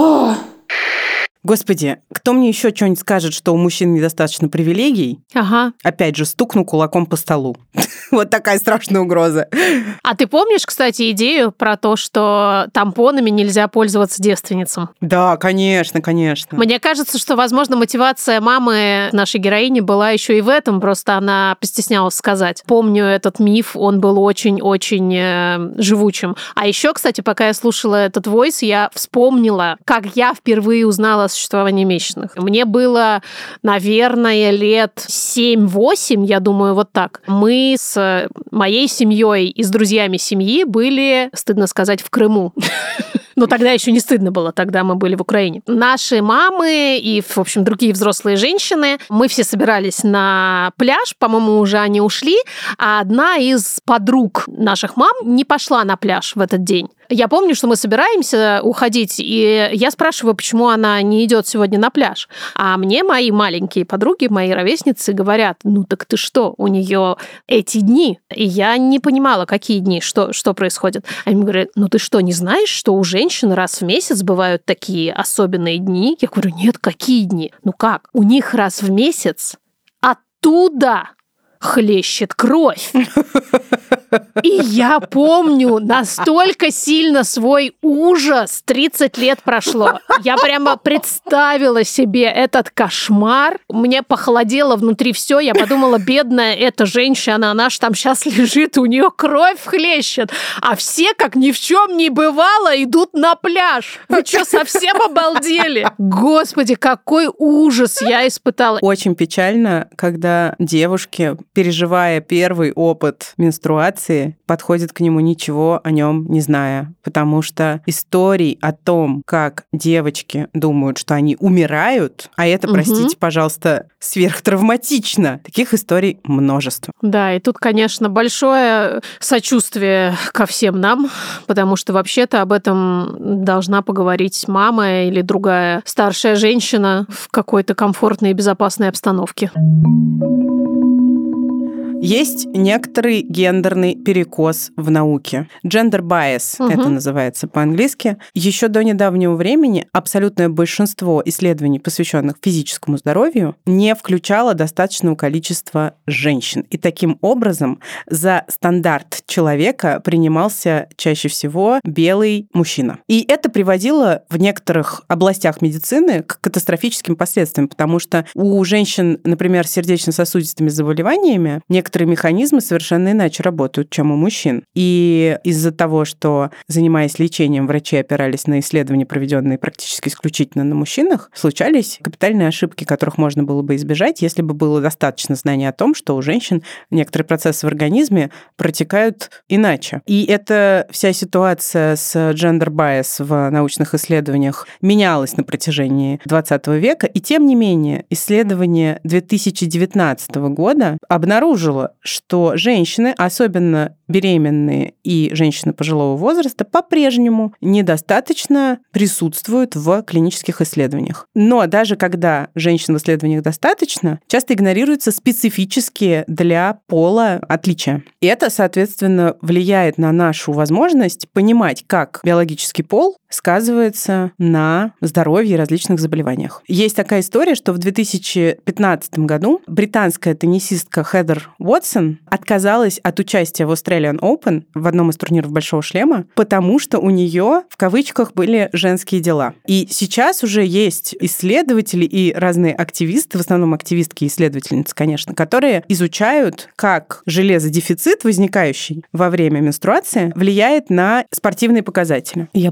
Speaker 2: Господи, кто мне еще что-нибудь скажет, что у мужчин недостаточно привилегий?
Speaker 1: Ага.
Speaker 2: Опять же, стукну кулаком по столу. Вот такая страшная угроза.
Speaker 1: А ты помнишь, кстати, идею про то, что тампонами нельзя пользоваться девственницам?
Speaker 2: Да, конечно, конечно.
Speaker 1: Мне кажется, что, возможно, мотивация мамы нашей героини была еще и в этом, просто она постеснялась сказать. Помню этот миф, он был очень-очень живучим. А еще, кстати, пока я слушала этот войс, я вспомнила, как я впервые узнала о существовании месячных. Мне было, наверное, лет 7-8, я думаю, вот так. Мы с моей семьей и с друзьями семьи были, стыдно сказать, в Крыму. Но тогда еще не стыдно было, тогда мы были в Украине. Наши мамы и, в общем, другие взрослые женщины, мы все собирались на пляж, по-моему, уже они ушли, а одна из подруг наших мам не пошла на пляж в этот день. Я помню, что мы собираемся уходить, и я спрашиваю, почему она не идет сегодня на пляж. А мне мои маленькие подруги, мои ровесницы говорят: ну так ты что, у нее эти дни? И я не понимала, какие дни, что происходит. Они мне говорят: ну ты что, не знаешь, что у женщин раз в месяц бывают такие особенные дни? Я говорю: нет, какие дни? Ну как? У них раз в месяц оттуда хлещет кровь. И я помню настолько сильно свой ужас. 30 лет прошло. Я прямо представила себе этот кошмар. Мне похолодело внутри все. Я подумала: бедная эта женщина, она ж там сейчас лежит, у нее кровь хлещет. А все, как ни в чем не бывало, идут на пляж. Вы что, совсем обалдели? Господи, какой ужас я испытала.
Speaker 2: Очень печально, когда девушки, переживая первый опыт менструации, подходят к нему, ничего о нем не зная. Потому что историй о том, как девочки думают, что они умирают, а это, простите, пожалуйста, сверхтравматично, таких историй множество.
Speaker 1: Да, и тут, конечно, большое сочувствие ко всем нам, потому что вообще-то об этом должна поговорить мама или другая старшая женщина в какой-то комфортной и безопасной обстановке.
Speaker 2: Есть некоторый гендерный перекос в науке. Gender bias, это называется по-английски. Еще до недавнего времени абсолютное большинство исследований, посвященных физическому здоровью, не включало достаточного количества женщин. И таким образом за стандарт человека принимался чаще всего белый мужчина. И это приводило в некоторых областях медицины к катастрофическим последствиям, потому что у женщин, например, с сердечно-сосудистыми заболеваниями, некоторые механизмы совершенно иначе работают, чем у мужчин. И из-за того, что, занимаясь лечением, врачи опирались на исследования, проведенные практически исключительно на мужчинах, случались капитальные ошибки, которых можно было бы избежать, если бы было достаточно знаний о том, что у женщин некоторые процессы в организме протекают иначе. И эта вся ситуация с gender bias в научных исследованиях менялась на протяжении 20 века, и тем не менее исследование 2019 года обнаружило, что женщины, особенно беременные и женщины пожилого возраста, по-прежнему недостаточно присутствуют в клинических исследованиях. Но даже когда женщин в исследованиях достаточно, часто игнорируются специфические для пола отличия. И это, соответственно, влияет на нашу возможность понимать, как биологический пол сказывается на здоровье и различных заболеваниях. Есть такая история, что в 2015 году британская теннисистка Хедер Уотсон отказалась от участия в Australian Open, в одном из турниров «Большого шлема», потому что у нее, в кавычках, были женские дела. И сейчас уже есть исследователи и разные активисты, в основном активистки и исследовательницы, конечно, которые изучают, как железодефицит, возникающий во время менструации, влияет на спортивные показатели. И я подумала,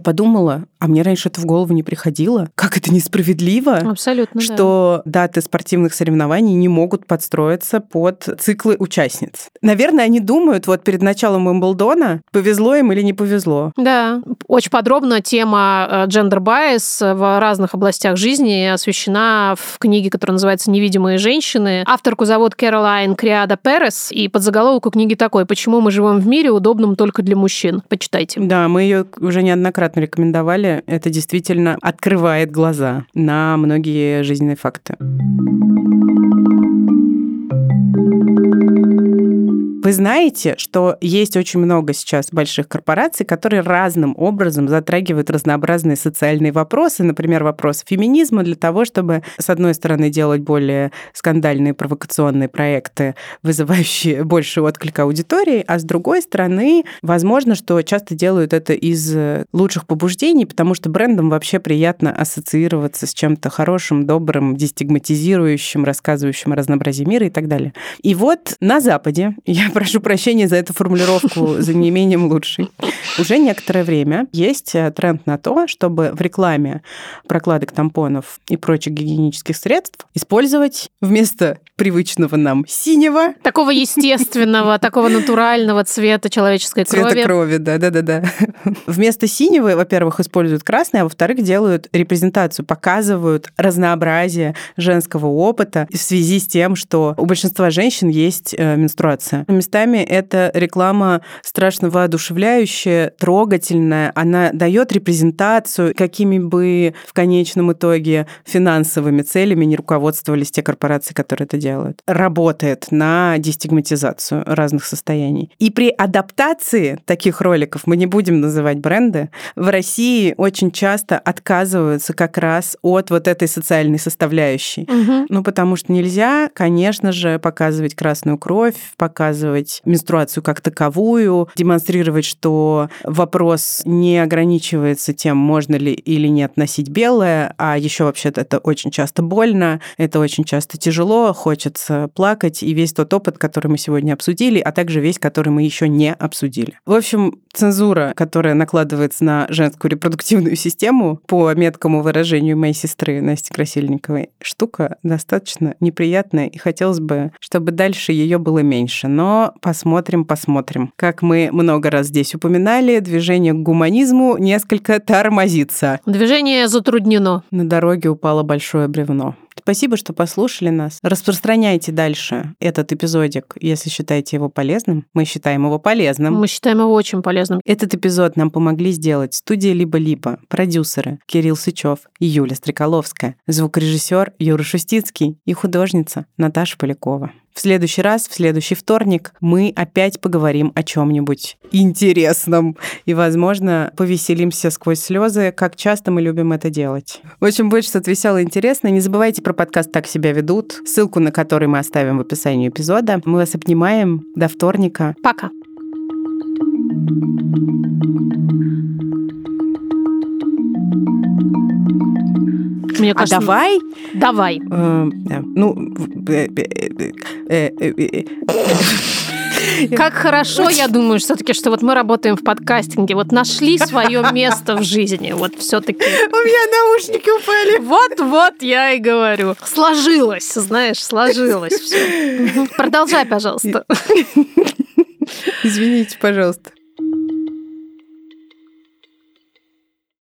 Speaker 2: подумала, а мне раньше это в голову не приходило, как это несправедливо,
Speaker 1: Абсолютно,
Speaker 2: что даты спортивных соревнований не могут подстроиться под циклы участниц. Наверное, они думают, вот перед началом Уимблдона, повезло им или не повезло.
Speaker 1: Да, очень подробно тема gender bias в разных областях жизни освещена в книге, которая называется «Невидимые женщины». Авторку зовут Кэролайн Криадо Перес, и подзаголовок у книги такой: «Почему мы живем в мире, удобном только для мужчин». Почитайте.
Speaker 2: Да, мы ее уже неоднократно рекомендовали. Это действительно открывает глаза на многие жизненные факты. Вы знаете, что есть очень много сейчас больших корпораций, которые разным образом затрагивают разнообразные социальные вопросы, например, вопрос феминизма, для того, чтобы, с одной стороны, делать более скандальные, провокационные проекты, вызывающие больше отклика аудитории, а с другой стороны, возможно, что часто делают это из лучших побуждений, потому что брендам вообще приятно ассоциироваться с чем-то хорошим, добрым, дестигматизирующим, рассказывающим о разнообразии мира и так далее. И вот на Западе, я прошу прощения за эту формулировку, за неимением лучшей, уже некоторое время есть тренд на то, чтобы в рекламе прокладок, тампонов и прочих гигиенических средств использовать вместо привычного нам синего...
Speaker 1: Такого естественного, такого натурального цвета человеческой крови.
Speaker 2: Цвета крови, да. Вместо синего, во-первых, используют красный, а во-вторых, делают репрезентацию, показывают разнообразие женского опыта в связи с тем, что у большинства женщин есть менструация. Местами эта реклама страшно воодушевляющая, трогательная, она дает репрезентацию, какими бы в конечном итоге финансовыми целями не руководствовались те корпорации, которые это делают. Работает на дестигматизацию разных состояний. И при адаптации таких роликов, мы не будем называть бренды, в России очень часто отказываются как раз от вот этой социальной составляющей. Ну, потому что нельзя, конечно же, показывать красную кровь, показывать менструацию как таковую, демонстрировать, что вопрос не ограничивается тем, можно ли или нет носить белое, а еще вообще-то это очень часто больно, это очень часто тяжело, хочется плакать, и весь тот опыт, который мы сегодня обсудили, а также весь, который мы еще не обсудили. В общем, цензура, которая накладывается на женскую репродуктивную систему, по меткому выражению моей сестры Насти Красильниковой, штука достаточно неприятная, и хотелось бы, чтобы дальше ее было меньше. Но посмотрим. Как мы много раз здесь упоминали, движение к гуманизму несколько тормозится.
Speaker 1: Движение затруднено.
Speaker 2: На дороге упало большое бревно. Спасибо, что послушали нас. Распространяйте дальше этот эпизодик, если считаете его полезным. Мы считаем его полезным.
Speaker 1: Мы считаем его очень полезным.
Speaker 2: Этот эпизод нам помогли сделать студия «Либо-либо», продюсеры Кирилл Сычев и Юля Стрекаловская, звукорежиссер Юра Шустицкий и художница Наташа Полякова. В следующий раз, в следующий вторник, мы опять поговорим о чем-нибудь интересном и, возможно, повеселимся сквозь слезы, как часто мы любим это делать. В общем, будет что-то веселое и интересное. Не забывайте про подкаст «Так себя ведут», ссылку на который мы оставим в описании эпизода. Мы вас обнимаем. До вторника.
Speaker 1: Пока. Мне кажется,
Speaker 2: давай?
Speaker 1: Давай. Как хорошо, я думаю, все-таки, что вот мы работаем в подкастинге, вот нашли свое место в жизни, вот все-таки.
Speaker 2: У меня наушники упали.
Speaker 1: Вот я и говорю. Сложилось, знаешь, сложилось все. Продолжай, пожалуйста.
Speaker 2: Извините, пожалуйста.